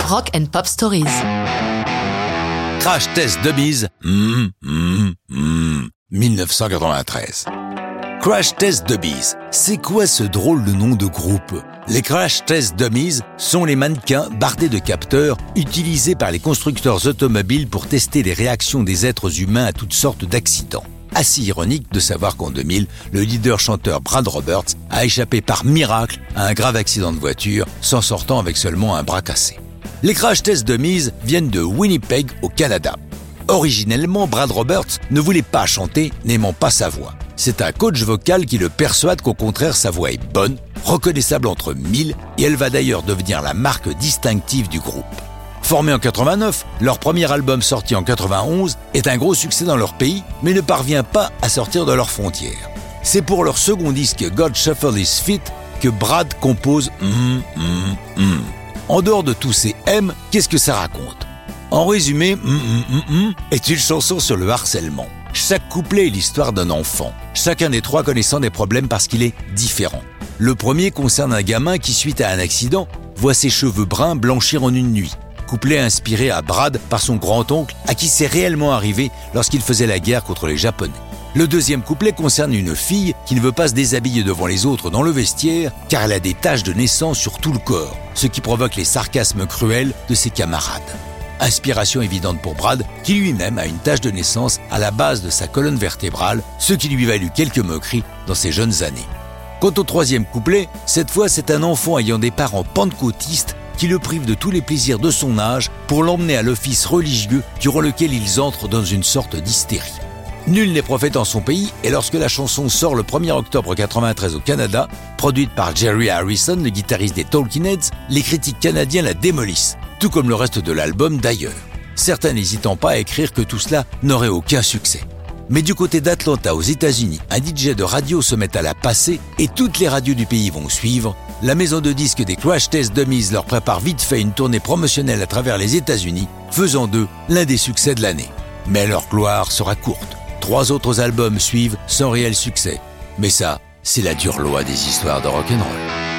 Rock and Pop Stories. Crash Test Dummies, 1993. Crash Test Dummies, c'est quoi ce drôle de nom de groupe ? Les Crash Test Dummies sont les mannequins bardés de capteurs utilisés par les constructeurs automobiles pour tester les réactions des êtres humains à toutes sortes d'accidents. Assez ironique de savoir qu'en 2000, le leader-chanteur Brad Roberts a échappé par miracle à un grave accident de voiture, s'en sortant avec seulement un bras cassé. Les Crash Test Dummies viennent de Winnipeg, au Canada. Originellement, Brad Roberts ne voulait pas chanter, n'aimant pas sa voix. C'est un coach vocal qui le persuade qu'au contraire, sa voix est bonne, reconnaissable entre mille, et elle va d'ailleurs devenir la marque distinctive du groupe. Formé en 89, leur premier album sorti en 91 est un gros succès dans leur pays, mais ne parvient pas à sortir de leurs frontières. C'est pour leur second disque God Shuffle His Feet que Brad compose En dehors de tous ces M, qu'est-ce que ça raconte ? En résumé, est une chanson sur le harcèlement. Chaque couplet est l'histoire d'un enfant, chacun des trois connaissant des problèmes parce qu'il est différent. Le premier concerne un gamin qui, suite à un accident, voit ses cheveux bruns blanchir en une nuit. Couplet inspiré à Brad par son grand-oncle à qui c'est réellement arrivé lorsqu'il faisait la guerre contre les Japonais. Le deuxième couplet concerne une fille qui ne veut pas se déshabiller devant les autres dans le vestiaire car elle a des taches de naissance sur tout le corps, ce qui provoque les sarcasmes cruels de ses camarades. Inspiration évidente pour Brad, qui lui-même a une tache de naissance à la base de sa colonne vertébrale, ce qui lui valut quelques moqueries dans ses jeunes années. Quant au troisième couplet, cette fois c'est un enfant ayant des parents pentecôtistes qui le privent de tous les plaisirs de son âge pour l'emmener à l'office religieux durant lequel ils entrent dans une sorte d'hystérie. Nul n'est prophète en son pays et lorsque la chanson sort le 1er octobre 1993 au Canada, produite par Jerry Harrison, le guitariste des Talking Heads, les critiques canadiens la démolissent, tout comme le reste de l'album d'ailleurs. Certains n'hésitant pas à écrire que tout cela n'aurait aucun succès. Mais du côté d'Atlanta aux États-Unis, un DJ de radio se met à la passer et toutes les radios du pays vont suivre. La maison de disques des Crash Test Dummies leur prépare vite fait une tournée promotionnelle à travers les États-Unis, faisant d'eux l'un des succès de l'année. Mais leur gloire sera courte. 3 autres albums suivent sans réel succès. Mais ça, c'est la dure loi des histoires de rock'n'roll.